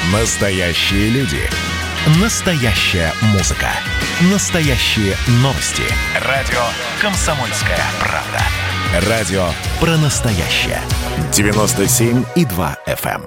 Настоящие люди. Настоящая музыка. Настоящие новости. Радио «Комсомольская правда». Радио про настоящее. 97,2 FM.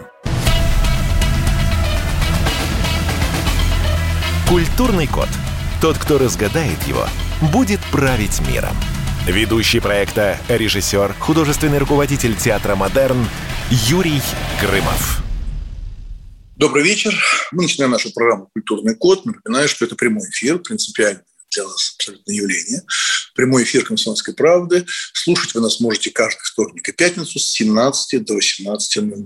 Культурный код. Тот, кто разгадает его, будет править миром. Ведущий проекта, режиссер, художественный руководитель театра «Модерн» Юрий Грымов. Добрый вечер. Мы начинаем нашу программу «Культурный код». Напоминаю, что это прямой эфир, принципиальное для нас абсолютно явление. Прямой эфир «Комсомольской правды». Слушать вы нас можете каждый вторник и пятницу с 17 до 18:00.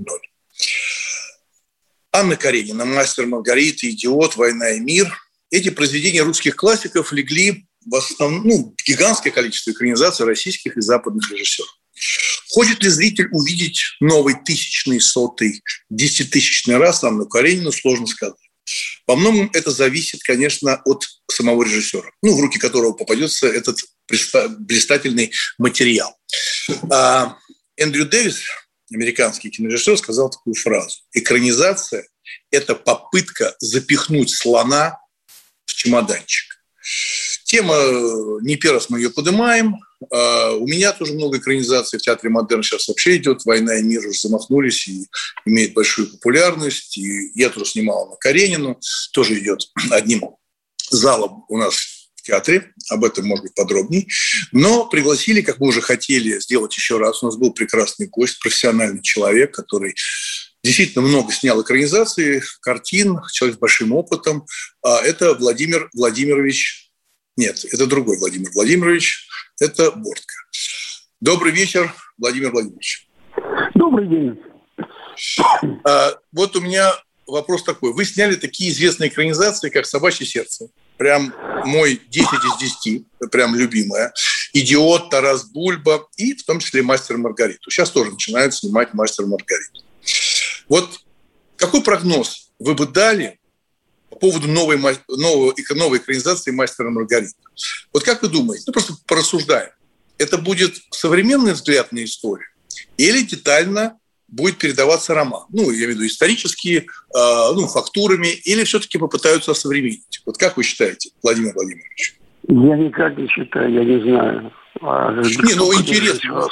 Анна Каренина, «Мастер и Маргарита», «Идиот», «Война и мир». Эти произведения русских классиков легли в основном гигантское количество экранизаций российских и западных режиссеров. Хочет ли зритель увидеть новый тысячный, сотый, десятитысячный раз Анну Каренину, сложно сказать. Во многом это зависит, конечно, от самого режиссера, в руки которого попадется этот блистательный материал. Эндрю Дэвис, американский кинорежиссер, сказал такую фразу: «Экранизация – это попытка запихнуть слона в чемоданчик». Тема, не первый раз мы ее поднимаем. У меня тоже много экранизаций в театре «Модерн» сейчас вообще идет. «Война и мир» уже замахнулись и имеет большую популярность. И я тоже снимал Анну Каренину. Тоже идет одним залом у нас в театре. Об этом, может быть, подробней. Но пригласили, как мы уже хотели сделать еще раз. У нас был прекрасный гость, профессиональный человек, который действительно много снял экранизаций, картин, человек с большим опытом. Это Владимир Владимирович. Нет, это другой Владимир Владимирович. Это Бортко. Добрый вечер, Владимир Владимирович. Добрый день. Вот у меня вопрос такой. Вы сняли такие известные экранизации, как «Собачье сердце». Прям мой 10 из 10, прям любимая. «Идиот», «Тарас Бульба» и в том числе «Мастер и Маргариту». Сейчас тоже начинают снимать «Мастер и Маргариту». Вот какой прогноз вы бы дали по поводу новой экранизации «Мастера и Маргариты»? Вот как вы думаете, просто порассуждаем, это будет современный взгляд на историю или детально будет передаваться роман? Я имею в виду исторические, фактурами, или все-таки попытаются осовременить? Вот как вы считаете, Владимир Владимирович? Я никак не считаю, я не знаю. Интересно.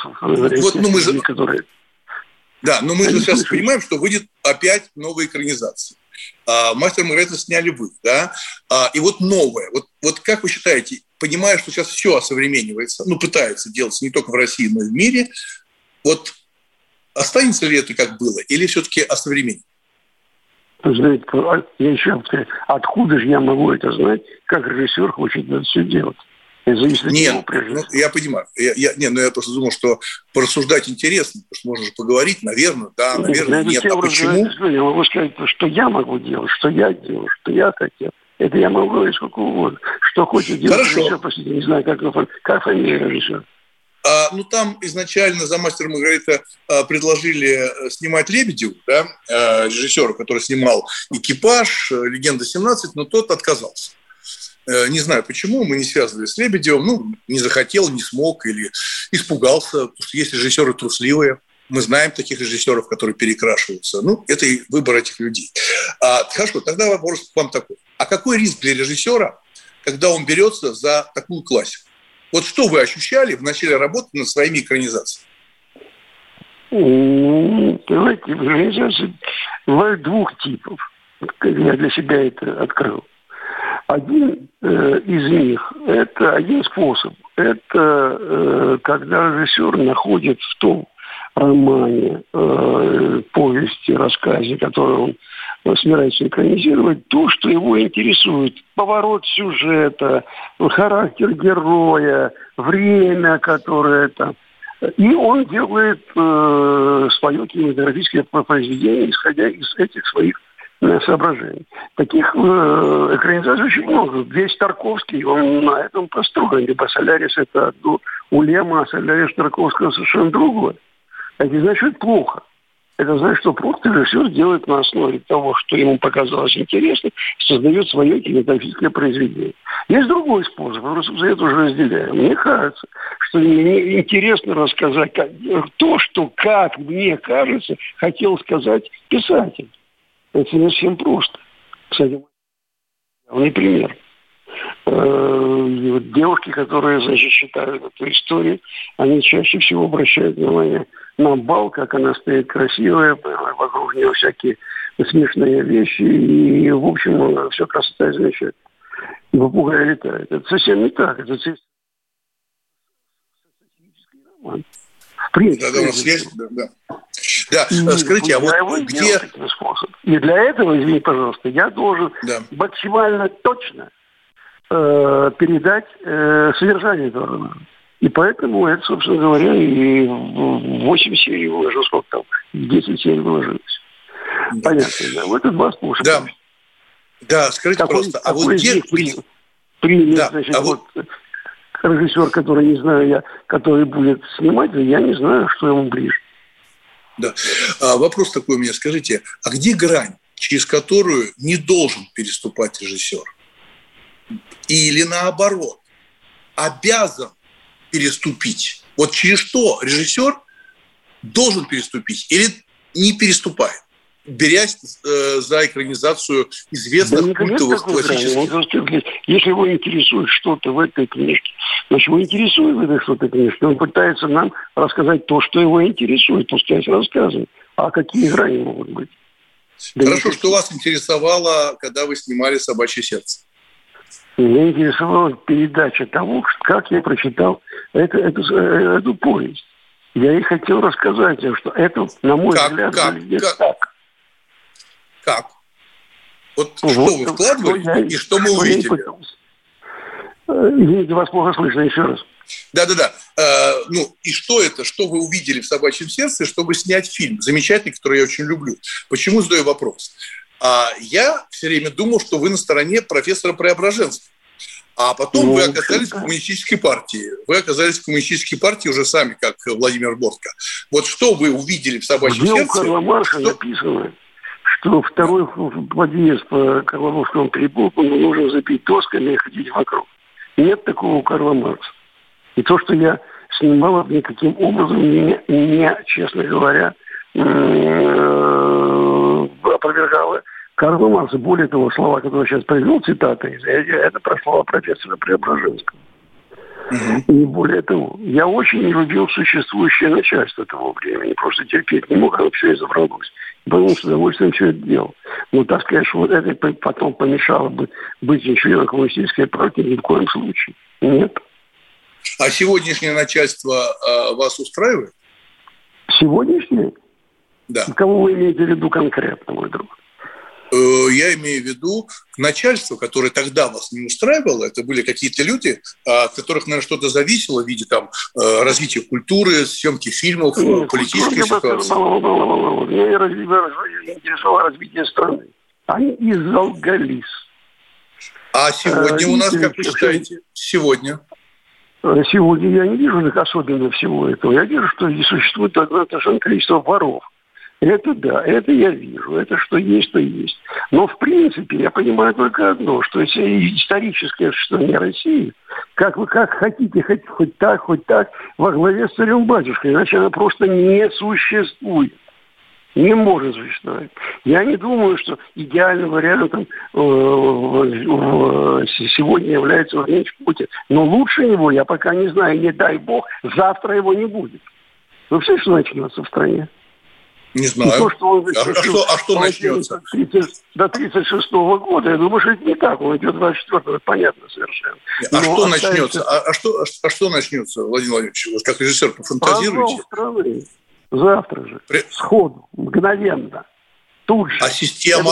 Мы же сейчас понимаем, что выйдет опять новая экранизация. «Мастер и Маргарита» сняли вы, да? И вот новое. Вот как вы считаете, понимая, что сейчас все осовременивается, пытаются делаться не только в России, но и в мире, вот останется ли это как было, или все-таки осовременить? Знаете, я еще раз говорю, откуда же я могу это знать, как режиссер хочет это все делать? Это зависит от него, прежде всего. Я понимаю. Я просто думал, что порассуждать интересно, потому что можно же поговорить, наверное, да, наверное, нет. А почему? Я могу сказать, что я могу делать, что я делаю, что я хотел. Это я могу говорить сколько угодно. Что хочет делать режиссер, просто не знаю, как фамилия режиссера. Там изначально за «Мастера и Маргарита» предложили снимать Лебедеву, да, режиссера, который снимал «Экипаж», «Легенда 17», но тот отказался. Не знаю почему, мы не связывали с Лебедевым, не захотел, не смог или испугался, потому что есть режиссеры трусливые. Мы знаем таких режиссеров, которые перекрашиваются. Это и выбор этих людей. Хорошо, тогда вопрос к вам такой. А какой риск для режиссера, когда он берется за такую классику? Вот что вы ощущали в начале работы над своими экранизациями? Давайте, экранизации бывают двух типов. Я для себя это открыл. Один из них – это один способ. Это когда режиссер находит в том романе, повести, рассказе, который он собирается экранизировать, то, что его интересует. Поворот сюжета, характер героя, время, которое там. И он делает свое кинематографическое произведение, исходя из этих своих соображений. Таких экранизаций очень много. Весь Тарковский, он на этом построен. Либо «Солярис» — это одно, Улема, а «Солярис» Тарковского совершенно другое. Это не значит, что это плохо. Это значит, что просто режиссер делает на основе того, что ему показалось интересно, создает свое кинематографическое произведение. Есть другой способ, я просто за это уже разделяю. Мне кажется, что мне интересно рассказать то, что, как мне кажется, хотел сказать писатель. Это не совсем просто. Кстати, главный пример. И вот девушки, которые, значит, читают эту историю, они чаще всего обращают внимание на бал, как она стоит красивая, вокруг нее всякие смешные вещи, и, в общем, все красота и замечательно. И попугай летает. Это совсем не так. Это сатирический роман. В принципе. Да, у нас есть, да. Да, скажите, а вот где... И для этого, извините, пожалуйста, я должен максимально точно передать содержание этого романа. И поэтому это, собственно говоря, и 8 серий выложил, сколько там, 10 серий выложилось. Понятно, да. Вот это два способа. Да, скажите, просто, а вот где... Примет, значит, вот режиссер, который, не знаю я, который будет снимать, я не знаю, что ему ближе. Да. Вопрос такой у меня, скажите, а где грань, через которую не должен переступать режиссер? Или наоборот, обязан переступить? Вот через что режиссер должен переступить или не переступает, берясь за экранизацию известных культовых классических? Если его интересует что-то в этой книжке, значит, его интересует в этой что-то книжке, он пытается нам рассказать то, что его интересует, пускай рассказывает. А какие грани могут быть? Хорошо, что вас интересовало, когда вы снимали «Собачье сердце»? Меня интересовала передача того, как я прочитал эту повесть. Я и хотел рассказать им, что это, на мой взгляд, так. Как? Вот что вы вкладывали и что мы увидели? Извините, вас плохо слышно, еще раз. Да. И что это, что вы увидели в «Собачьем сердце», чтобы снять фильм замечательный, который я очень люблю? Почему задаю вопрос? Я все время думал, что вы на стороне профессора Преображенского. А потом вы оказались в коммунистической партии. Вы оказались в коммунистической партии уже сами, как Владимир Бортко. Вот что вы увидели в «Собачьем сердце»? У Карла Маркса написано, что второй подъезд по Карловскому переулку нужно забить досками и ходить вокруг. Нет такого у Карла Маркса. И то, что я снимал, никаким образом меня, честно говоря, опровергало Карла Маркса. Более того, слова, которые я сейчас привел, цитаты, это про слова профессора Преображенского. И не более того. Я очень не любил существующее начальство того времени. Просто терпеть не мог, оно все изобралось. Потому с удовольствием все это делал. Но так сказать, что вот это потом помешало бы быть членом коммунистической партии, ни в коем случае. Нет. А сегодняшнее начальство вас устраивает? Сегодняшнее? Да. Кого вы имеете в виду конкретно, мой друг? Я имею в виду начальство, которое тогда вас не устраивало. Это были какие-то люди, от которых, наверное, что-то зависело в виде там, развития культуры, съемки фильмов, политической ситуации. Меня интересовало развитие страны. Они изолгались. А сегодня у нас, как вы считаете, сегодня? Сегодня я не вижу особенно всего этого. Я вижу, что здесь существует огромное количество воров. Это да, это я вижу, это что есть, то есть. Но в принципе я понимаю только одно, что если историческое существование России, как вы как хотите, хоть так, во главе с царем-батюшкой, иначе она просто не существует. Не может существовать. Я не думаю, что идеальным вариантом сегодня является Владимир Путин. Но лучше его я пока не знаю, не дай бог, завтра его не будет. Вы все, что начнется в стране? Не знаю. То, что он что начнется? До 1936 года, я думаю, что это не так. Он идет 24-го, понятно совершенно. Что начнется? А что начнется, Владимир Владимирович? Вот как режиссер, пофантазируйте. Завтра же. Сходу. Мгновенно. Тут же. А система?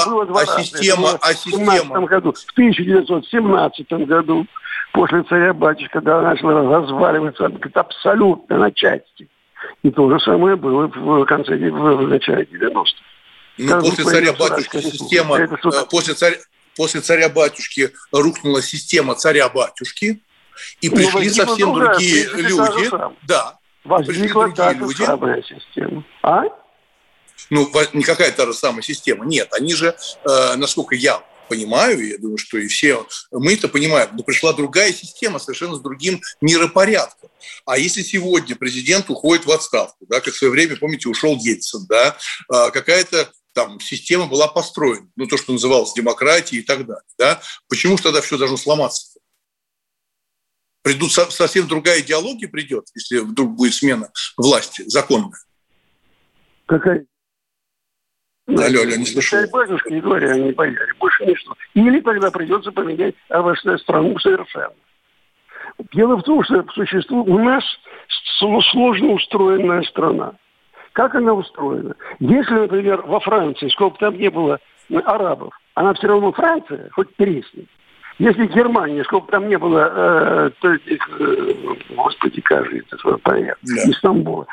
В 1917 году, после царя-батюшки, когда она начала разваливаться абсолютно на части. И то же самое было в начале 90-х. Ну, после царя-батюшки система... После царя-батюшки рухнула система царя-батюшки, и пришли совсем другие люди. Да. Возникла та же самая система. А? Ну, не какая-то та же самая система. Нет, они же, насколько я понимаю, я думаю, что и все мы это понимаем, но пришла другая система, совершенно с другим миропорядком. А если сегодня президент уходит в отставку, да, как в свое время, помните, ушел Ельцин, да, какая-то там система была построена, ну, то, что называлось демократией и так далее, да? Почему же тогда все должно сломаться? Совсем другая идеология придет, если вдруг будет смена власти законная. Какая? Алло, не слышу. Батюшки и говоря, они бояре, больше ничто. Или тогда придется поменять страну совершенно. Дело в том, что существует у нас сложно устроенная страна. Как она устроена? Если, например, во Франции, сколько там не было арабов, она все равно Франция, хоть треснет. Если Германия, сколько там не было, господи, кажется, понятно, из Стамбула,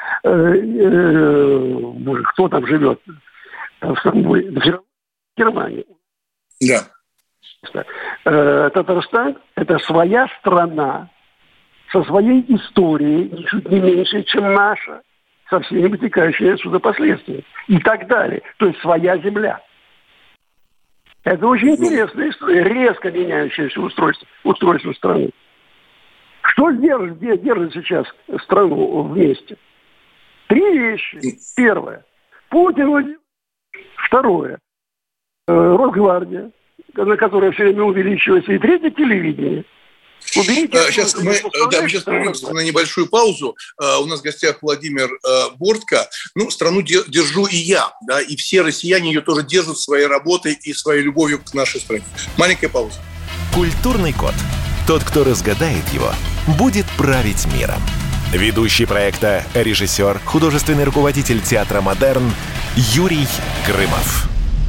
боже, кто там живет в Стамбуле? Да все равно Германия. Да. Татарстан – это своя страна со своей историей, ничуть не меньше, чем наша, со всеми вытекающими отсюда последствиями и так далее. То есть своя земля. Это очень интересная история, резко меняющееся устройство страны. Что держит сейчас страну вместе? 3 вещи. Первое. Путин. Второе. Росгвардия, на которая все время увеличивается. И третье – телевидение. Мы сейчас прервемся на небольшую паузу. У нас в гостях Владимир Бортко. Страну держу и я, да, и все россияне ее тоже держат своей работой и своей любовью к нашей стране. Маленькая пауза. Культурный код. Тот, кто разгадает его, будет править миром. Ведущий проекта, режиссер, художественный руководитель театра «Модерн» Юрий Грымов.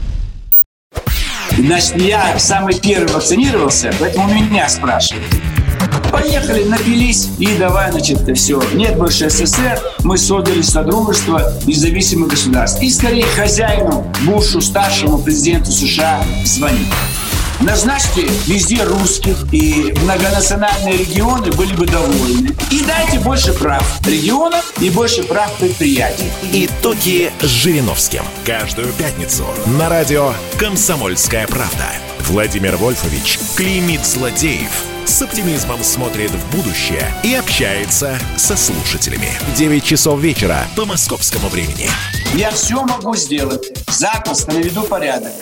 Значит, я самый первый вакцинировался, поэтому меня спрашивают. Поехали, напились и давай, все. Нет больше СССР, мы создали Содружество независимых государств. И скорее хозяину, Бушу, старшему президенту США звонить. Назначьте везде русских, и многонациональные регионы были бы довольны. И дайте больше прав регионам и больше прав предприятий. Итоги с Жириновским. Каждую пятницу на радио «Комсомольская правда». Владимир Вольфович клеймит злодеев, с оптимизмом смотрит в будущее и общается со слушателями. 9 часов вечера по московскому времени. Я все могу сделать. Запросто наведу порядок.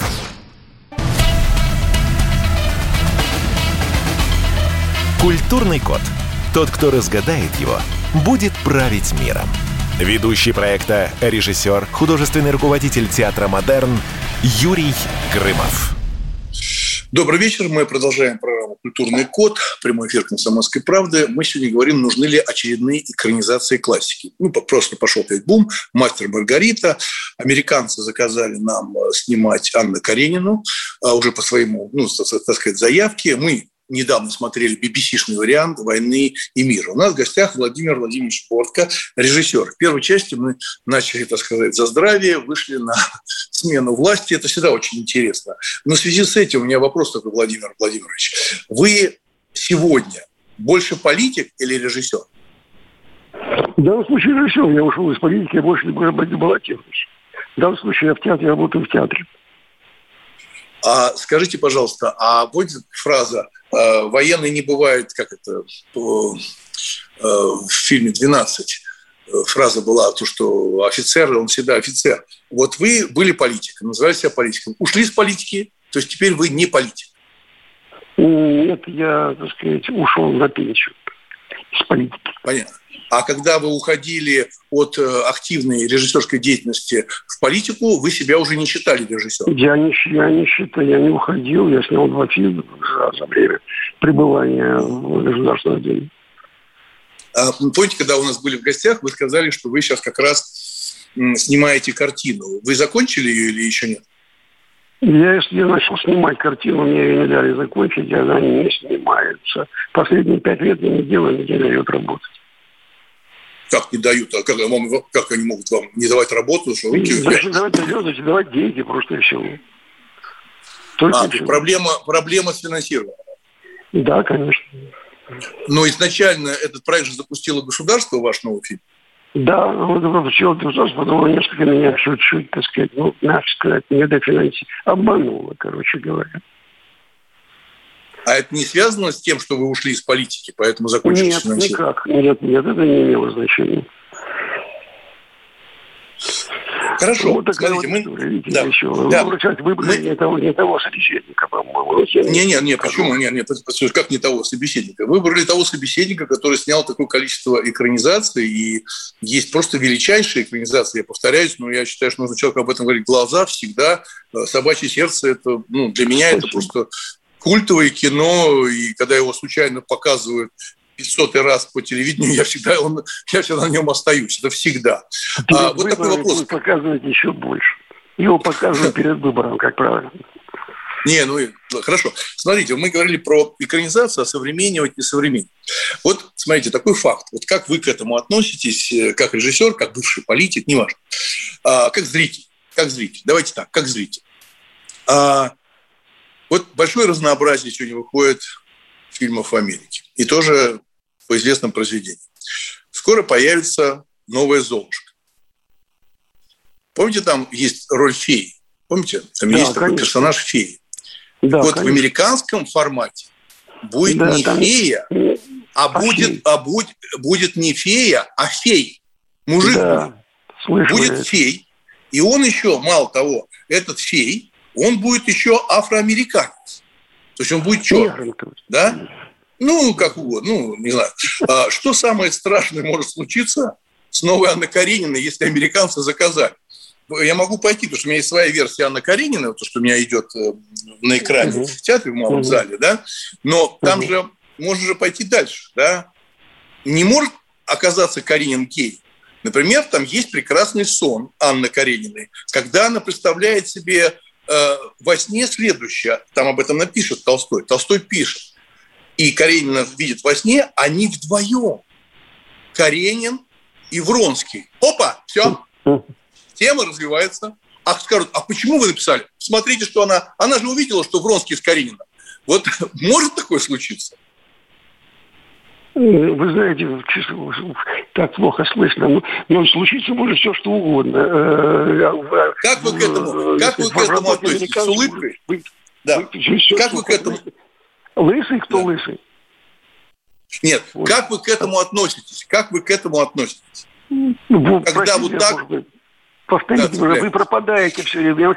Культурный код. Тот, кто разгадает его, будет править миром. Ведущий проекта, режиссер, художественный руководитель театра «Модерн» Юрий Грымов. Добрый вечер. Мы продолжаем программу «Культурный код». Прямой эфир «Комсомольской правды». Мы сегодня говорим, нужны ли очередные экранизации классики. Просто пошел опять бум. «Мастер и Маргарита». Американцы заказали нам снимать Анну Каренину уже по своему, так сказать, заявке. Мы недавно смотрели BBC-шный вариант «Войны и мира». У нас в гостях Владимир Владимирович Бортко, режиссер. В первой части мы начали, так сказать, за здравие, вышли на смену власти. Это всегда очень интересно. Но в связи с этим у меня вопрос такой, Владимир Владимирович. Вы сегодня больше политик или режиссер? В данном случае режиссер. Я ушел из политики, я больше не баллотируюсь. В данном случае я в театре, работаю в театре. А скажите, пожалуйста, а будет фраза «военный не бывает», как это в фильме «12», фраза была, то, что офицер, он всегда офицер. Вот вы были политиком, называли себя политиком, ушли из политики, то есть теперь вы не политик. Нет, я, так сказать, ушел на пенсию из политики. Понятно. А когда вы уходили от активной режиссерской деятельности в политику, вы себя уже не считали режиссером? Я не считаю, я не уходил. Я снял 2 фильма за время пребывания в государственном отделе. Помните, когда у нас были в гостях, вы сказали, что вы сейчас как раз снимаете картину. Вы закончили ее или еще нет? Если я начал снимать картину, мне ее не дали закончить, и она не снимается. Последние 5 лет я не делаю, мне не дают работать. Как не дают? А как они могут вам не давать работу? Что руки... Значит, давать деньги просто и все. Проблема с финансированием? Да, конечно. Но изначально этот проект же запустило государство, ваш новый фильм? Да, он запустило государство, потом он несколько меня чуть-чуть, так сказать, обмануло, короче говоря. А это не связано с тем, что вы ушли из политики, поэтому закончилось финансирование? Нет, это не имело значения. Хорошо, вот такая смотрите, вот история, видите, да, еще. да. Вручать выбрали не того собеседника, по-моему. Не, почему? Как не того собеседника? Выбрали того собеседника, который снял такое количество экранизаций, и есть просто величайшие экранизации, я повторяюсь, но я считаю, что нужно человеку об этом говорить. Глаза всегда, «Собачье сердце» – это, для меня это просто культовое кино, и когда его случайно показывают 500-й раз по телевидению, я всегда на нем остаюсь. Это всегда. Вот такой вопрос. Показывать еще больше. Его показывают перед выбором, как правило. Хорошо. Смотрите, мы говорили про экранизацию, осовременивать, несовременнивать. Вот, смотрите, такой факт. Вот как вы к этому относитесь, как режиссер, как бывший политик, неважно. Как зритель. Давайте так, как зритель. Вот большое разнообразие сегодня выходит фильмов в Америке. И тоже по известным произведениям. Скоро появится новая «Золушка». Помните, там есть роль феи? Помните? Там есть такой персонаж феи. Да, вот конечно. В американском формате будет не фея, будет не фея, а фей. Мужик будет фей. И он еще, мало того, этот фей, он будет еще афроамериканец. То есть он будет черный. Да? Как угодно, не знаю. Что самое страшное может случиться с новой Анной Карениной, если американцы заказали? Я могу пойти, потому что у меня есть своя версия Анны Карениной, то, что у меня идет на экране в театре, в малом зале, да? Но там же можно же пойти дальше, да? Не может оказаться Каренин гей. Например, там есть прекрасный сон Анны Карениной, когда она представляет себе во сне следующее, там об этом напишет Толстой. Толстой пишет. И Каренина видит во сне, они вдвоем. Каренин и Вронский. Опа, все. Тема развивается. Скажут, почему вы написали? Смотрите, что она же увидела, что Вронский с Карениным. Вот может такое случиться? Вы знаете, так плохо слышно, но случится может все, что угодно. Как вы к этому относитесь? С улыбкой? Да. Как вы к этому... Лысый? Кто лысый? Нет, как вы к этому относитесь? Когда вот так... Повторите, вы пропадаете все время.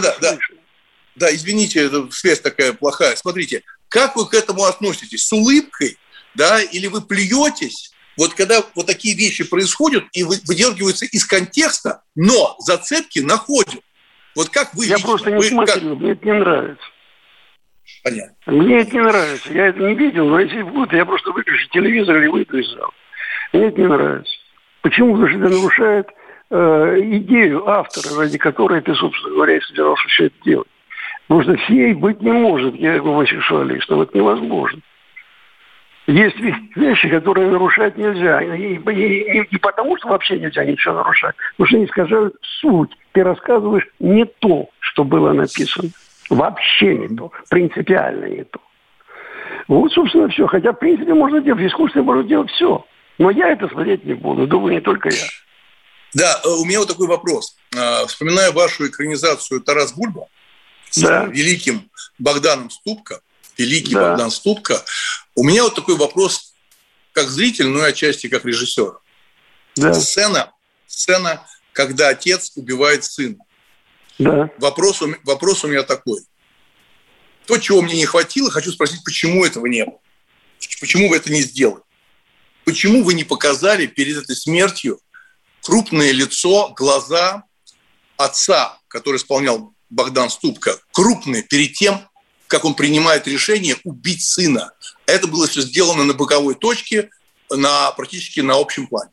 Да, извините, связь такая плохая. Смотрите, как вы к этому относитесь? С улыбкой, да, или вы плюетесь? Вот когда вот такие вещи происходят и выдергиваются из контекста, но зацепки находят. Вот как вы Я просто не смотрю, мне это не нравится. Понятно. Мне это не нравится. Я это не видел, но если будет, я просто выключу телевизор или выйду из зала. Мне это не нравится. Почему? Потому что это нарушает идею автора, ради которой ты, собственно говоря, и собирался все это делать. Потому что фей быть не может, я гомосексуалистом, это невозможно. Есть вещи, которые нарушать нельзя. И потому, что вообще нельзя ничего нарушать. Потому что они искажают суть. Ты рассказываешь не то, что было написано. Вообще не то. Принципиально не то. Вот, собственно, все. Хотя, в принципе, можно делать. В искусстве можно делать все. Но я это смотреть не буду. Думаю, не только я. Да, у меня вот такой вопрос. Вспоминаю вашу экранизацию «Тарас Бульба» с великим Богданом Ступко. Богдан Ступко. У меня вот такой вопрос, как зритель, но и отчасти как режиссер. Да. Сцена, когда отец убивает сына. Да. Вопрос у меня такой. То, чего мне не хватило, хочу спросить, почему этого не было? Почему вы это не сделали? Почему вы не показали перед этой смертью крупное лицо, глаза отца, который исполнял Богдан Ступко, крупные, перед тем, как он принимает решение убить сына? Это было все сделано на боковой точке, практически на общем плане.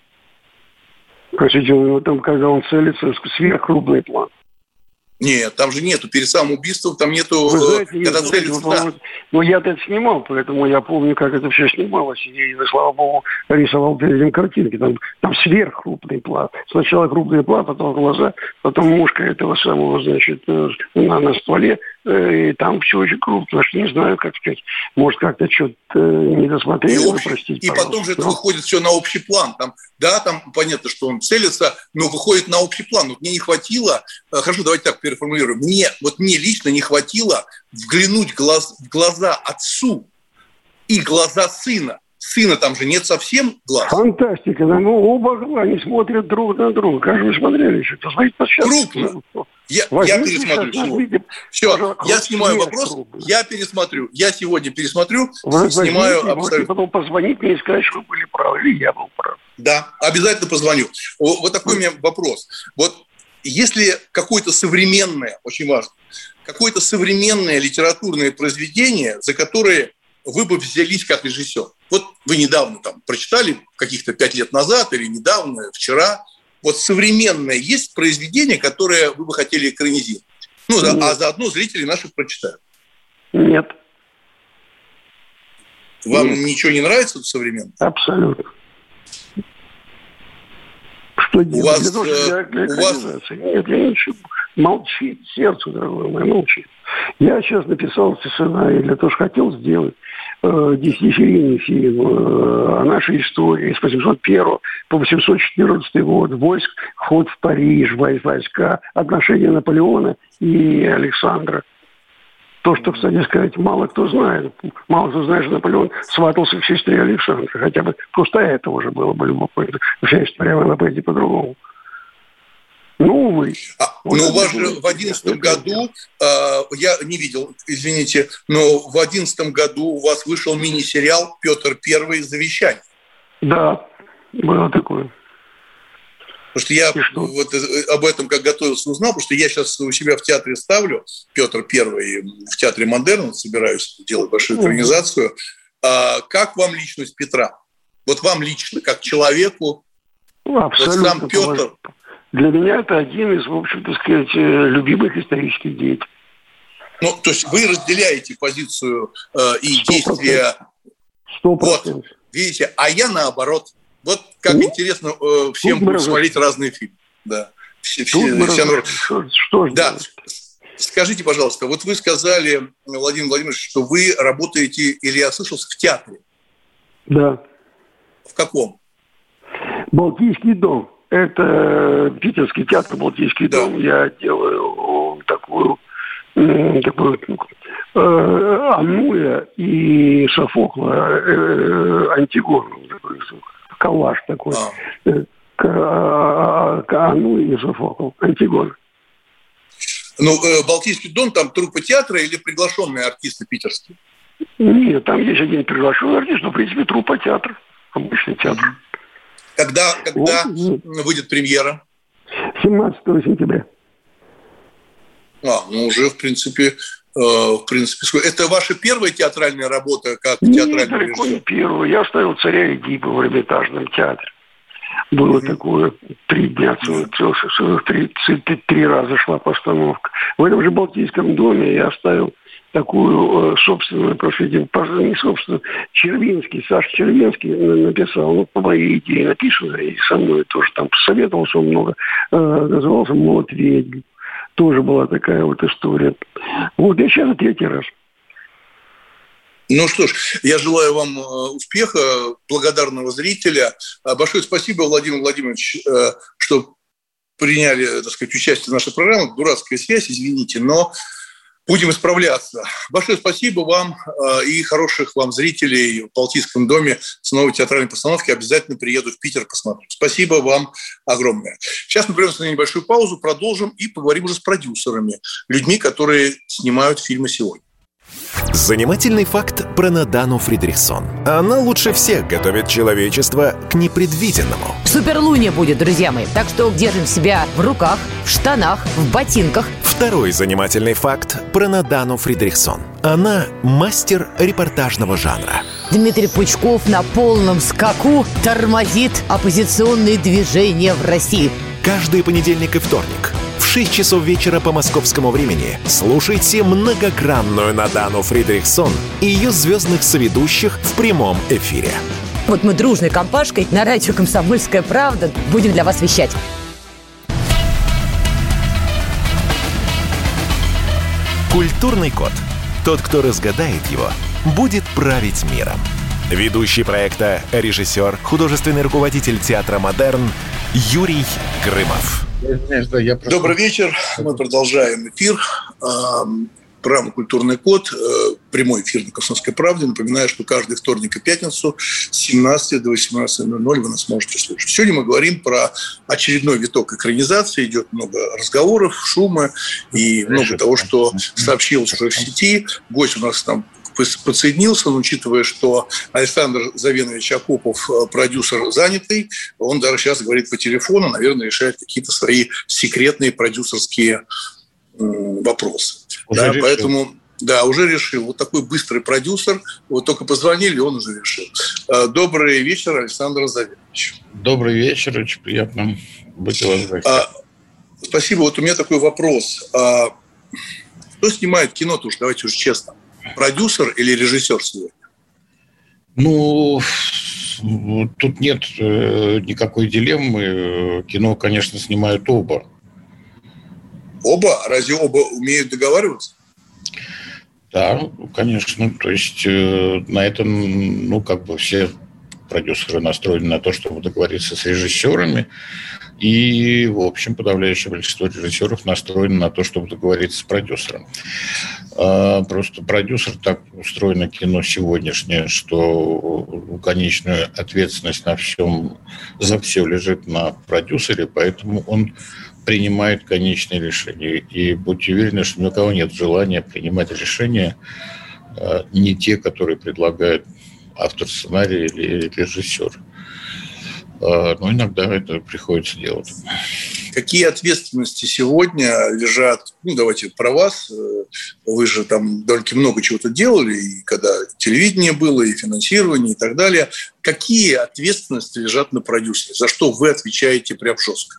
Простите, там, когда он целится, сверхкрупный план. Нет, там же нету. Перед самым убийством там нету... Вы знаете, я-то это снимал, поэтому я помню, как это все снималось. И, слава богу, рисовал перед этим картинки. Там сверхкрупный план. Сначала крупный план, потом глаза, потом мушка этого самого, значит, на стволе. И там все очень крупно. Не знаю, как сказать. Может, как-то что-то не досмотрели, простите. И потом же это выходит все на общий план. Там понятно, что он целится, но выходит на общий план. Вот мне не хватило... Хорошо, давайте так переформулирую. Мне лично не хватило взглянуть в глаза отцу и глаза сына сына там же нет совсем глаз. Фантастика. Да, оба они смотрят друг на друга. Как же вы смотрели еще? Крупно. Я пересмотрю сегодня. Все, я снимаю вопрос, я пересмотрю. Я сегодня пересмотрю, снимаю абсолютно. Потом позвонить мне и сказать, что вы были правы, или я был прав. Да, обязательно позвоню. Вот такой у меня вопрос. Вот если какое-то современное, очень важно, какое-то современное литературное произведение, за которое вы бы взялись как режиссер. Вот вы недавно там прочитали, каких-то 5 лет назад или недавно, вчера. Вот современное есть произведение, которое вы бы хотели экранизировать? Ну, а заодно зрители наши прочитают. Нет. Вам ничего не нравится современно? Абсолютно. Что делать? Нет, я ничего. Молчит, сердце, дорогое мое, молчит. Я сейчас написал сценарий для того, что хотел сделать 10-серийный фильм о нашей истории с 801 по 814 год, войск, вход в Париж, войска, отношения Наполеона и Александра. То, что, кстати сказать, мало кто знает. Мало кто знает, что Наполеон сватался к сестре Александра. Хотя бы просто это уже было бы любопытно. Вся история могла пойти по-другому. Ну, увы. Но у вас же в 2011 году, я не видел, извините, но в 2011 году у вас вышел мини-сериал «Петр I. Завещание». Да, было такое. Потому что я вот об этом, как готовился, узнал, потому что я сейчас у себя в театре ставлю «Петр I» в театре «Модерн», собираюсь делать большую экранизацию. Как вам личность Петра? Вот вам лично, как человеку, абсолютно. Вот сам Петр... Для меня это один из, в общем-то, сказать, любимых исторических деятелей. Ну, то есть вы разделяете позицию и действия... 100%. Вот, видите, а я наоборот. Вот как интересно всем будет смотреть разные фильмы. Да. Что ж да. делать? Скажите, пожалуйста, вот вы сказали, Владимир Владимирович, что вы работаете, или я слышался, в театре. Да. В каком? Балтийский дом. Это питерский театр «Балтийский дом». Я делаю такую Ануя и Софокла, Антигону. Коллаж такой. Ануя и Софокл. Антигона. Ну, «Балтийский дом», там труппа театра или приглашенные артисты питерские? Нет, там есть один приглашенный артист, но, в принципе, труппа театра. Обычный театр. Когда выйдет премьера? 17 сентября. Ну уже, в принципе, это ваша первая театральная работа как театральный режиссер? Нет, далеко не первая. Я ставил «Царя Эдипа» в Эрмитажном театре. Было такое 3 дня, 3 раза шла постановка. В этом же Балтийском доме я ставил такую собственную, не собственную, Червинский, Саша Червинский написал, по моей идее написано, и со мной тоже там посоветовался он много, назывался «Молот ведьм». Тоже была такая вот история. Вот я сейчас 3-й раз. Ну что ж, я желаю вам успеха, благодарного зрителя. Большое спасибо, Владимир Владимирович, что приняли, так сказать, участие в нашей программе. Дурацкая связь, извините, но будем исправляться. Большое спасибо вам и хороших вам зрителей в Балтийском доме с новой театральной постановки. Обязательно приеду в Питер, посмотрю. Спасибо вам огромное. Сейчас мы прервемся на небольшую паузу, продолжим и поговорим уже с продюсерами, людьми, которые снимают фильмы сегодня. Занимательный факт про Надану Фридрихсон. Она лучше всех готовит человечество к непредвиденному. Суперлуния будет, друзья мои. Так что держим себя в руках, в штанах, в ботинках. Второй занимательный факт про Надану Фридрихсон. Она мастер репортажного жанра. Дмитрий Пучков на полном скаку тормозит оппозиционные движения в России. Каждый понедельник и вторник в 6 часов вечера по московскому времени слушайте многогранную Надану Фридрихсон и ее звездных соведущих в прямом эфире. Вот мы дружной компашкой на радио «Комсомольская правда» будем для вас вещать. Культурный код. Тот, кто разгадает его, будет править миром. Ведущий проекта, режиссер, художественный руководитель театра «Модерн» Юрий Грымов. Добрый вечер. Мы продолжаем эфир. Программа «Культурный код». прямой эфир на «Комсомольской правде». Напоминаю, что каждый вторник и пятницу с 17 до 18:00 вы нас можете слушать. Сегодня мы говорим про очередной виток экранизации. Идет много разговоров, шума и много того, что сообщилось уже в сети. Гость у нас там подсоединился, но учитывая, что Александр Завенович Акопов продюсер занятый, он даже сейчас говорит по телефону, наверное, решает какие-то свои секретные продюсерские вопросы. Да, поэтому, да, уже решил. Вот такой быстрый продюсер. Вот только позвонили, он уже решил. Добрый вечер, Александр Завенович. Добрый вечер, очень приятно быть у вас в гостях. Спасибо. Вот у меня такой вопрос. Кто снимает кино-то уж, давайте уж честно? Продюсер или режиссер сегодня? Ну, тут нет никакой дилеммы. Кино, конечно, снимают оба. Оба? Разве оба умеют договариваться? Да, конечно. То есть на этом, ну, как бы все продюсеры настроены на то, чтобы договориться с режиссерами. И, в общем, подавляющее большинство режиссеров настроено на то, чтобы договориться с продюсером. Просто продюсер так устроено кино сегодняшнее, что конечная ответственность за все лежит на продюсере, поэтому он принимает конечные решения. И будьте уверены, что ни у кого нет желания принимать решения не те, которые предлагает автор сценария или режиссер. Но иногда это приходится делать. Какие ответственности сегодня лежат, ну, давайте про вас, вы же там довольно много чего-то делали, и когда телевидение было, и финансирование, и так далее. Какие ответственности лежат на продюсере? За что вы отвечаете прям жестко?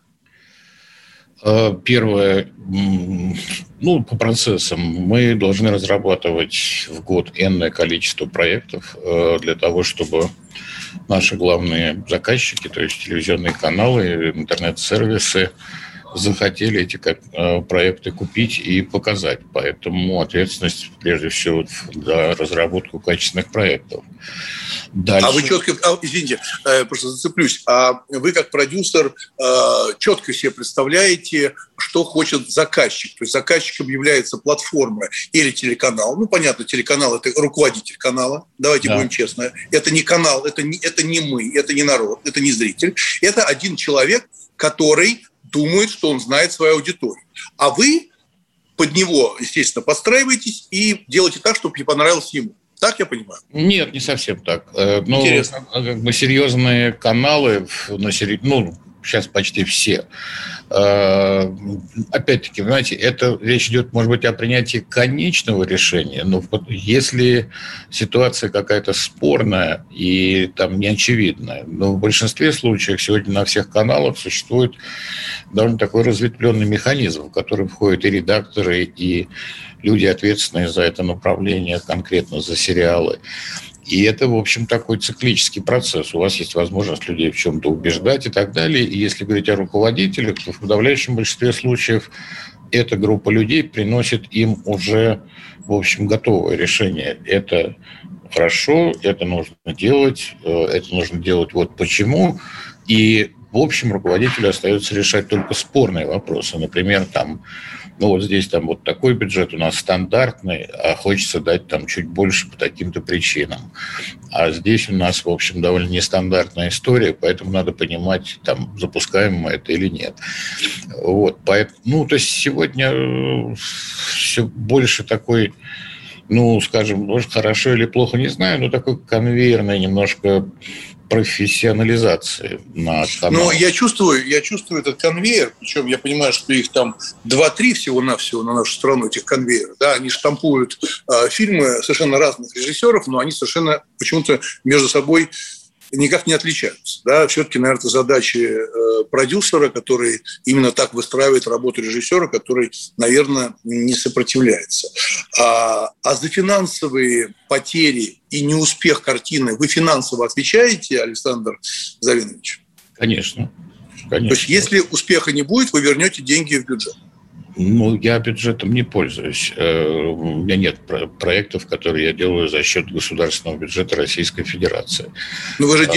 Первое, ну, по процессам. Мы должны разрабатывать в год энное количество проектов для того, чтобы наши главные заказчики, то есть телевизионные каналы, интернет-сервисы, захотели эти проекты купить и показать. Поэтому ответственность, прежде всего, за разработку качественных проектов. Дальше. А вы четко, извините, просто зацеплюсь, а вы как продюсер четко себе представляете, что хочет заказчик? То есть заказчиком является платформа или телеканал. Ну, понятно, телеканал – это руководитель канала, давайте будем честны. Это не канал, это не мы, это не народ, это не зритель. Это один человек, который думает, что он знает свою аудиторию. А вы под него, естественно, подстраиваетесь и делаете так, чтобы не понравилось ему. Так я понимаю? Нет, не совсем так. Интересно. Как бы серьезные каналы, сейчас почти все. Опять-таки, знаете, это речь идет, может быть, о принятии конечного решения, но если ситуация какая-то спорная и там неочевидная, но в большинстве случаев сегодня на всех каналах существует довольно такой разветвленный механизм, в который входят и редакторы, и люди, ответственные за это направление, конкретно за сериалы. И это, в общем, такой циклический процесс. У вас есть возможность людей в чем-то убеждать и так далее. И если говорить о руководителях, то в подавляющем большинстве случаев эта группа людей приносит им уже, в общем, готовое решение. Это хорошо, это нужно делать вот почему. И, в общем, руководителю остается решать только спорные вопросы. Например, вот здесь вот такой бюджет у нас стандартный, а хочется дать там чуть больше по таким-то причинам. А здесь у нас, в общем, довольно нестандартная история, поэтому надо понимать, запускаем мы это или нет. Вот, поэтому, то есть сегодня все больше такой, скажем, может, хорошо или плохо, не знаю, но такой конвейерной немножко профессионализации на канале. Но я чувствую этот конвейер, причем я понимаю, что их там 2-3 всего-навсего на нашу страну, этих конвейеров. Да, они штампуют фильмы совершенно разных режиссеров, но они совершенно почему-то между собой никак не отличаются. Да? Все-таки, наверное, это задачи продюсера, который именно так выстраивает работу режиссера, который, наверное, не сопротивляется. А за финансовые потери и неуспех картины вы финансово отвечаете, Александр Завенович? Конечно. То есть, если успеха не будет, вы вернете деньги в бюджет? Я бюджетом не пользуюсь. У меня нет проектов, которые я делаю за счет государственного бюджета Российской Федерации. Но вы же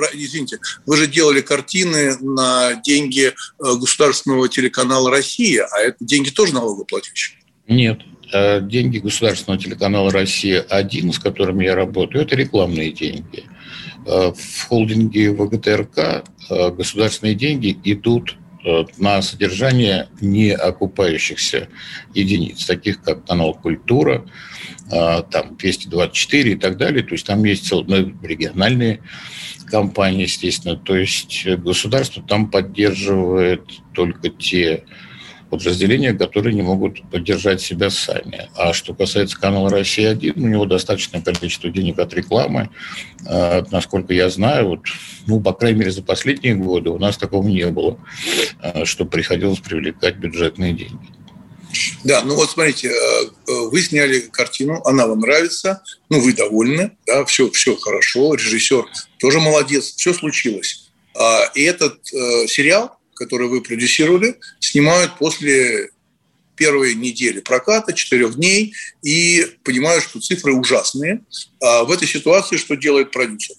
делали картины на деньги государственного телеканала «Россия», а это деньги тоже налогоплательщиков. Нет, деньги государственного телеканала «Россия-1», с которым я работаю, это рекламные деньги. В холдинге ВГТРК государственные деньги идут на содержание неокупающихся единиц, таких как канал «Культура», там 224 и так далее. То есть там есть региональные компании, естественно. То есть государство там поддерживает только те подразделения, которые не могут поддержать себя сами. А что касается канала «Россия-1», у него достаточное количество денег от рекламы. Насколько я знаю, по крайней мере, за последние годы у нас такого не было, что приходилось привлекать бюджетные деньги. Да, смотрите, вы сняли картину, она вам нравится, вы довольны, да, все хорошо, режиссер тоже молодец, все случилось. И этот сериал, который вы продюсировали, снимают после первой недели проката, 4 дней, и понимают, что цифры ужасные. А в этой ситуации что делает продюсер?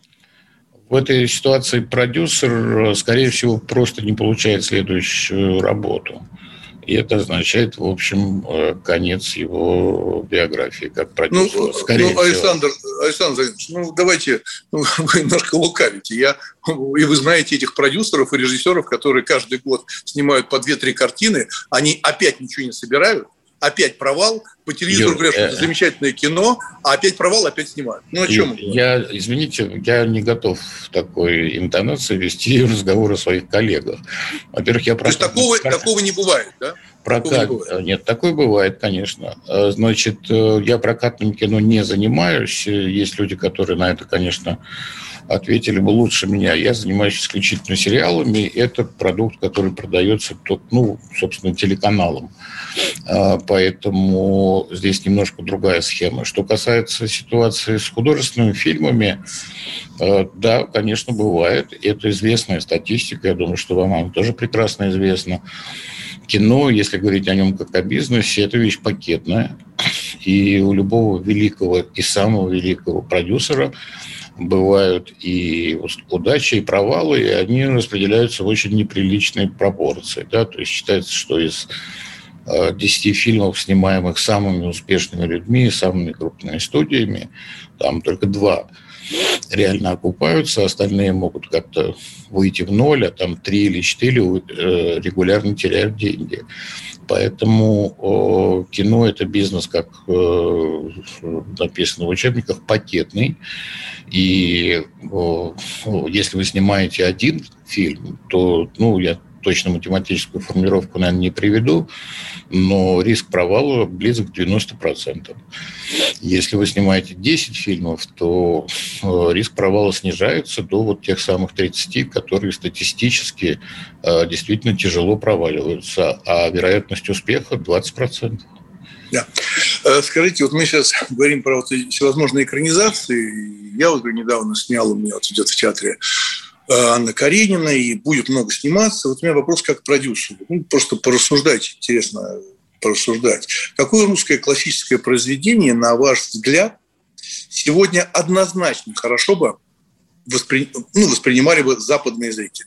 В этой ситуации продюсер, скорее всего, просто не получает следующую работу. И это означает, в общем, конец его биографии как продюсера. Александр Владимирович, давайте, вы немножко лукавите. И вы знаете этих продюсеров и режиссеров, которые каждый год снимают по 2-3 картины, они опять ничего не собирают, опять провал, по телевизору говорят, что это замечательное кино, а опять провал, опять снимают. О чем? Извините, я не готов в такой интонации вести разговоры о своих коллегах. Во-первых, То есть такого не бывает, да? Нет, такое бывает, конечно. Значит, я прокатным кино не занимаюсь. Есть люди, которые на это, конечно, ответили бы лучше меня. Я занимаюсь исключительно сериалами. Это продукт, который продается, собственно, телеканалом. Поэтому здесь немножко другая схема. Что касается ситуации с художественными фильмами, да, конечно, бывает. Это известная статистика. Я думаю, что вам она тоже прекрасно известна. Кино, если говорить о нем как о бизнесе, это вещь пакетная. И у любого великого и самого великого продюсера бывают и удачи, и провалы, и они распределяются в очень неприличные пропорции. Да? То есть считается, что из 10 фильмов, снимаемых самыми успешными людьми, самыми крупными студиями, там только 2 реально окупаются, остальные могут как-то выйти в ноль, а там 3 или 4 регулярно теряют деньги. Поэтому кино – это бизнес, как написано в учебниках, пакетный. И если вы снимаете один фильм, то, я точно математическую формулировку, наверное, не приведу, но риск провала близок к 90%. Если вы снимаете 10 фильмов, то риск провала снижается до тех самых 30, которые статистически действительно тяжело проваливаются, а вероятность успеха 20%. Да. Скажите, мы сейчас говорим про всевозможные экранизации. Я недавно снял, у меня идет в театре Анна Каренина, и будет много сниматься. У меня вопрос как к продюсеру. Просто порассуждайте, интересно порассуждать. Какое русское классическое произведение, на ваш взгляд, сегодня однозначно хорошо бы воспринимали бы западные зрители?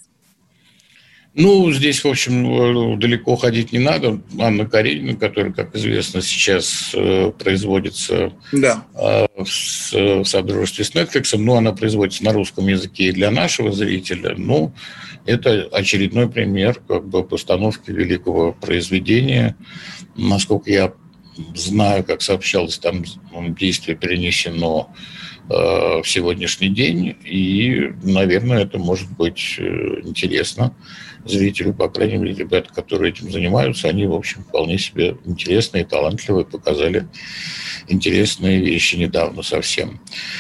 Здесь, в общем, далеко ходить не надо. Анна Каренина, которая, как известно, сейчас производится в содружестве с Netflix, но она производится на русском языке и для нашего зрителя. Это очередной пример постановки великого произведения. Насколько я знаю, как сообщалось, там действие перенесено в сегодняшний день, и, наверное, это может быть интересно зрителю, по крайней мере, ребята, которые этим занимаются, они, в общем, вполне себе интересные, талантливые, показали интересные вещи недавно совсем.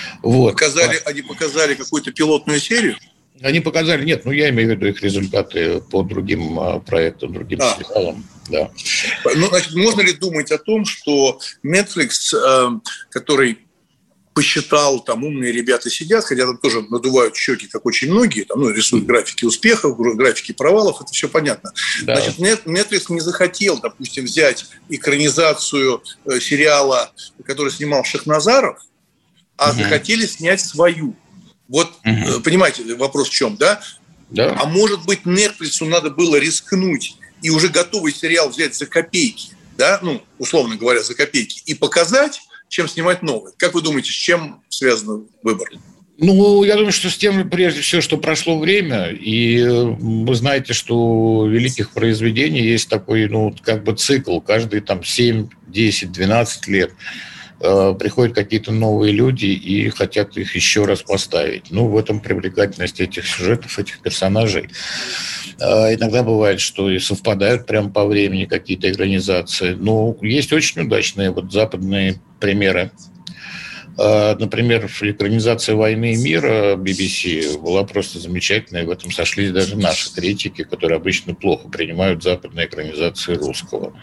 Они показали какую-то пилотную серию? Они показали, нет, я имею в виду их результаты по другим проектам, другим сериалам. Да. Значит, можно ли думать о том, что Netflix, который посчитал, умные ребята сидят, хотя там тоже надувают щеки, как очень многие, рисуют графики успехов, графики провалов, это все понятно. Да. Значит, Netflix не захотел, допустим, взять экранизацию сериала, который снимал Шахназаров, а захотели снять свою. Понимаете, вопрос в чем, да? Да. А может быть, Netflix надо было рискнуть и уже готовый сериал взять за копейки да, ну, условно говоря, за копейки, и показать, чем снимать новое. Как вы думаете, с чем связан выбор? Ну, я думаю, что с тем, прежде всего, что прошло время, и вы знаете, что у великих произведений есть такой, ну, как бы цикл, каждые там 7, 10, 12 лет приходят какие-то новые люди и хотят их еще раз поставить. Ну, в этом привлекательность этих сюжетов, этих персонажей. Иногда бывает, что и совпадают прямо по времени какие-то экранизации. Но есть очень удачные вот западные примеры. Например, экранизация «Войны и мира» BBC была просто замечательная. В этом сошлись даже наши критики, которые обычно плохо принимают западные экранизации русского.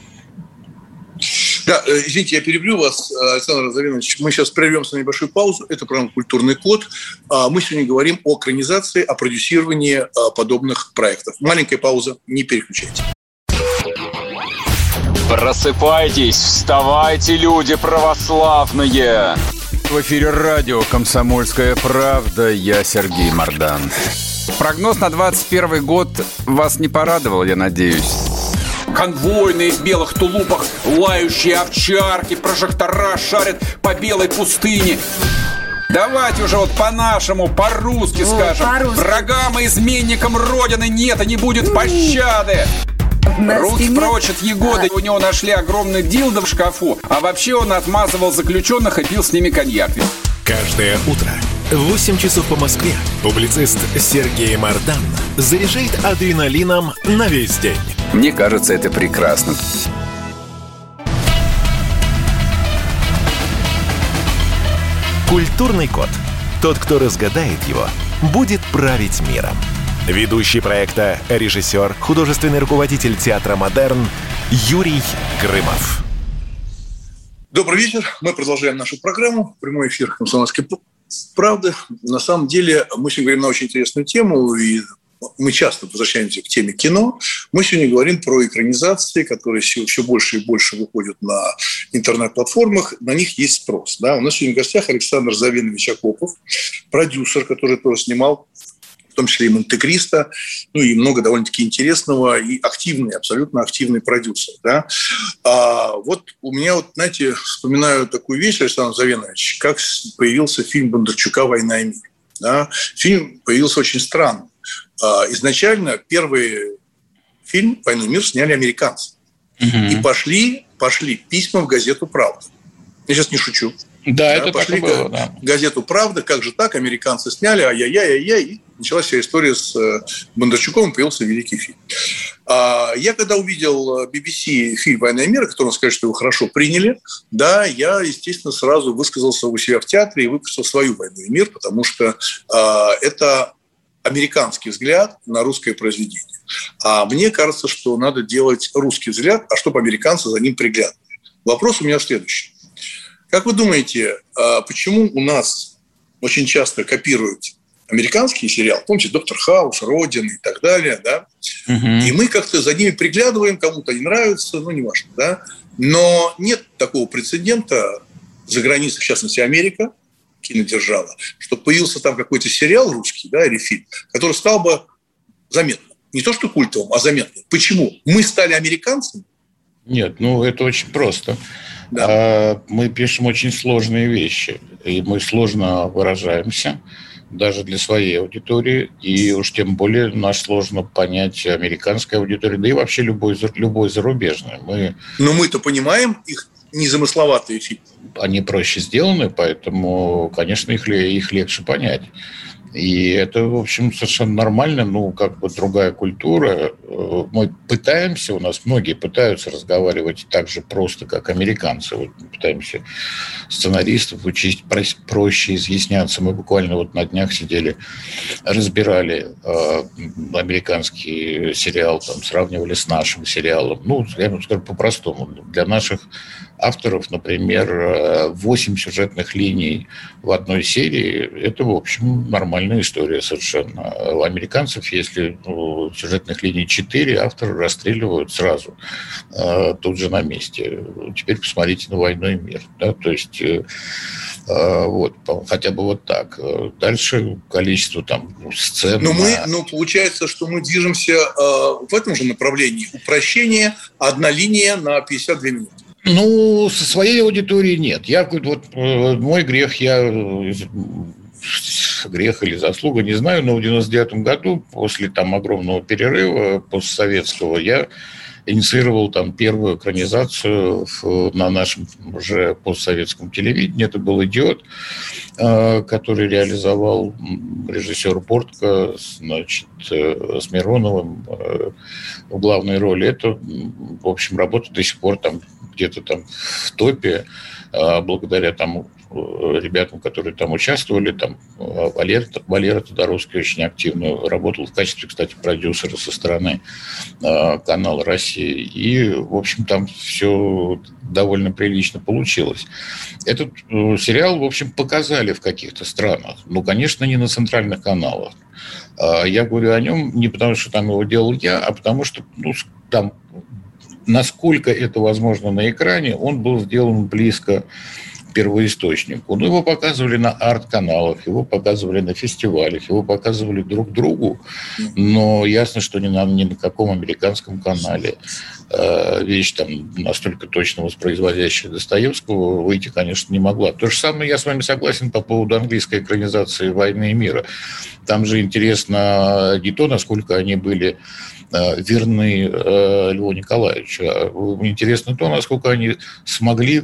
Да, извините, я перебью вас, Александр Завенович. Мы сейчас прервемся на небольшую паузу. Это программа «Культурный код». Мы сегодня говорим о экранизации, о продюсировании подобных проектов. Маленькая пауза, не переключайте. Просыпайтесь, вставайте, люди православные! В эфире радио «Комсомольская правда». Я Сергей Мордан. Прогноз на 2021 год вас не порадовал, я надеюсь. Конвойные в белых тулупах, лающие овчарки, прожектора шарят по белой пустыне. Давайте уже вот по-нашему, по-русски скажем. По-русски. Врагам и изменникам Родины нет и не будет пощады. Руки прочь от Егоды. У него нашли огромный дилдо в шкафу. А вообще он отмазывал заключенных и пил с ними коньяк. Каждое утро в 8 часов по Москве публицист Сергей Мордан заряжает адреналином на весь день. Мне кажется, это прекрасно. Культурный код. Тот, кто разгадает его, будет править миром. Ведущий проекта, режиссер, художественный руководитель театра «Модерн» Юрий Грымов. Добрый вечер. Мы продолжаем нашу программу. Прямой эфир «Комсомольской правды». На самом деле мы сегодня говорим на очень интересную тему, и мы часто возвращаемся к теме кино. Мы сегодня говорим про экранизации, которые все больше и больше выходят на интернет-платформах. На них есть спрос. Да? У нас сегодня в гостях Александр Завенович Акопов, продюсер, который тоже снимал в том числе и «Монте-Кристо», ну и много довольно-таки интересного, и активный, абсолютно активный продюсер. Да? Вот у меня, вот, знаете, вспоминаю такую вещь, Александр Завенович, как появился фильм Бондарчука «Война и мир». Да? Фильм появился очень странно. Изначально первый фильм «Войну и мир» сняли американцы. И пошли письма в газету «Правда». Я сейчас не шучу. Да, это пошли так и было, да. Газету «Правда», как же так, американцы сняли, ай-яй-яй-яй, и началась вся история с Бондарчуком, появился великий фильм. Я когда увидел BBC фильм «Война и мир», который, сказать, что его хорошо приняли, да, я, естественно, сразу высказался у себя в театре и выпустил свою «Войну и мир», потому что это американский взгляд на русское произведение. А мне кажется, что надо делать русский взгляд, а чтобы американцы за ним приглядывали. Вопрос у меня следующий. Как вы думаете, почему у нас очень часто копируют американские сериалы, в том числе «Доктор Хаус», «Родина» и так далее, да? И мы как-то за ними приглядываем, кому-то они нравятся, ну, неважно, да? Но нет такого прецедента за границей, в частности, Америка, кинодержава, что появился там какой-то сериал русский, да, или фильм, который стал бы заметным. Не то что культовым, а заметным. Почему? Мы стали американцами? Нет, ну это очень просто. Да. Мы пишем очень сложные вещи, и мы сложно выражаемся, даже для своей аудитории, и уж тем более нас сложно понять американской аудитории, да и вообще любой зарубежной. Но мы-то понимаем их незамысловатые фильмы. Они проще сделаны, поэтому, конечно, их легче понять. И это, в общем, совершенно нормально, ну, как бы другая культура. Мы пытаемся, у нас многие пытаются разговаривать так же просто, как американцы. Вот мы пытаемся сценаристов учить проще изъясняться. Мы буквально вот на днях сидели, разбирали американский сериал, там, сравнивали с нашим сериалом. Ну, я вам скажу по-простому. Для наших авторов, например, 8 сюжетных линий в одной серии, это, в общем, нормальная история совершенно. У американцев, если сюжетных линий 4, авторы расстреливают сразу, тут же на месте. Теперь посмотрите на «Войну и мир». Да? То есть, вот, хотя бы вот так. Дальше количество там сцен. Но получается, что мы движемся в этом же направлении. Упрощение, одна линия на 52 минуты. Ну, со своей аудиторией нет. Мой грех, грех или заслуга, не знаю, но в 99-м году, после там огромного перерыва постсоветского, я инициировал там первую экранизацию на нашем уже постсоветском телевидении. Это был «Идиот», который реализовал режиссер Портко, с Мироновым в главной роли. Это, в общем, работа до сих пор там где-то там в топе, благодаря тому ребятам, которые там участвовали. Там Валера Тодоровский очень активно работал в качестве, кстати, продюсера со стороны канала «Россия». И, в общем, там все довольно прилично получилось. Этот сериал, в общем, показали в каких-то странах. Ну, конечно, не на центральных каналах. Я говорю о нем не потому, что там его делал я, а потому что там, насколько это возможно на экране, он был сделан близко к первоисточнику. Его показывали на арт-каналах, его показывали на фестивалях, его показывали друг другу, но ясно, что ни на каком американском канале вещь там настолько точно воспроизводящая Достоевского выйти, конечно, не могла. То же самое я с вами согласен по поводу английской экранизации «Войны и мира». Там же интересно не то, насколько они были верны Льву Николаевичу, а интересно то, насколько они смогли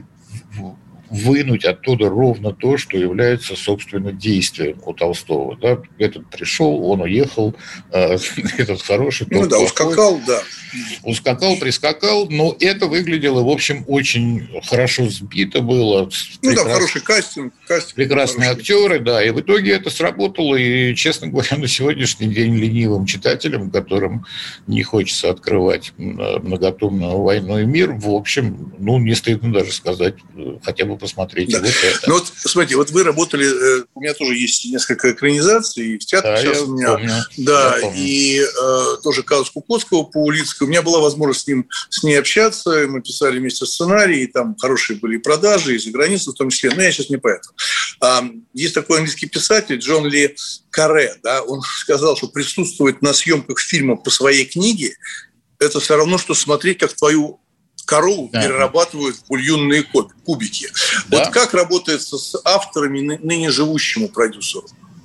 вынуть оттуда ровно то, что является, собственно, действием у Толстого. Да? Этот пришел, он уехал, этот хороший. Ускакал, да. Ускакал, прискакал, но это выглядело, в общем, очень хорошо сбито было. Хороший кастинг. Прекрасные актеры, да, и в итоге это сработало, и, честно говоря, на сегодняшний день ленивым читателям, которым не хочется открывать многотомную «Войну и мир», в общем, не стыдно даже сказать, хотя бы посмотрите вот это. Ну смотрите, вы работали, у меня тоже есть несколько экранизаций, в театре сейчас у меня. Помню. Да, и тоже казус Кукоцкого по Улицкой. У меня была возможность с ней общаться, мы писали вместе сценарий, и там хорошие были продажи, и за границей в том числе, но я сейчас не поэтому. Есть такой английский писатель Джон Ли Каре, да, он сказал, что присутствовать на съемках фильма по своей книге – это все равно, что смотреть, как твою корову перерабатывают в бульонные кубики. Да. Вот как работается с авторами ныне живущему продюсеру?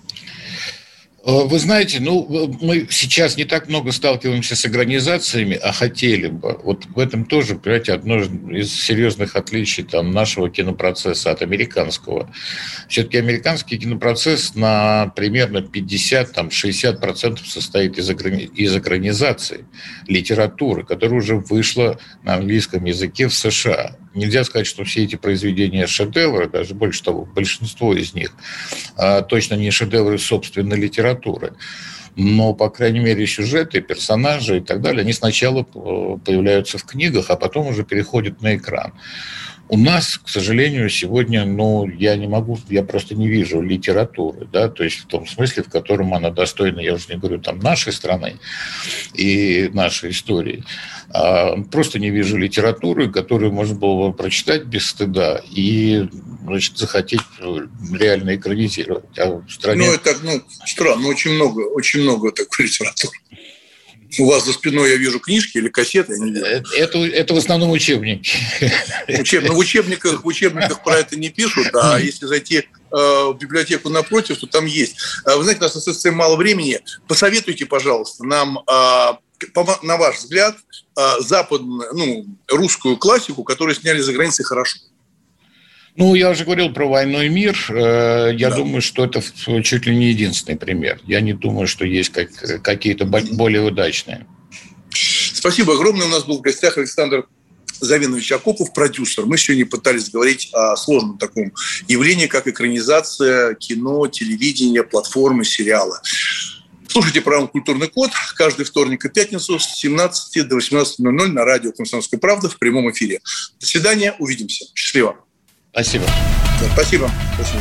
Вы знаете, мы сейчас не так много сталкиваемся с экранизациями, а хотели бы. Вот в этом тоже, понимаете, одно из серьезных отличий нашего кинопроцесса от американского. Все-таки американский кинопроцесс на примерно 50-60% состоит из экранизации литературы, которая уже вышла на английском языке в США. Нельзя сказать, что все эти произведения шедевры, даже больше того, большинство из них точно не шедевры собственной литературы. Но, по крайней мере, сюжеты, персонажи и так далее, они сначала появляются в книгах, а потом уже переходят на экран. У нас, к сожалению, сегодня, я просто не вижу литературы, да, то есть в том смысле, в котором она достойна, я уже не говорю, нашей страны и нашей истории, просто не вижу литературы, которую можно было бы прочитать без стыда и, захотеть реально экранизировать. А в стране... Это странно, очень много такой литературы. У вас за спиной я вижу книжки или кассеты. Это в основном учебники. В учебниках про это не пишут, а если зайти в библиотеку напротив, то там есть. Вы знаете, у нас остается мало времени. Посоветуйте, пожалуйста, нам, на ваш взгляд, западную, русскую классику, которую сняли за границей хорошо. Я уже говорил про «Войну и мир». Я думаю, что это чуть ли не единственный пример. Я не думаю, что есть какие-то более удачные. Спасибо огромное. У нас был в гостях Александр Завенович Акопов, продюсер. Мы сегодня пытались говорить о сложном таком явлении, как экранизация кино, телевидения, платформы, сериала. Слушайте программу «Культурный код» каждый вторник и пятницу с 17 до 18:00 на радио «Комсомольская правда» в прямом эфире. До свидания, увидимся. Счастливо. Спасибо. Да, спасибо. Спасибо.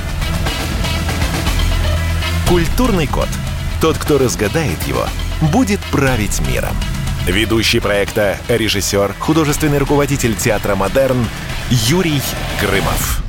«Культурный код». Тот, кто разгадает его, будет править миром. Ведущий проекта, режиссер, художественный руководитель театра «Модерн» Юрий Грымов.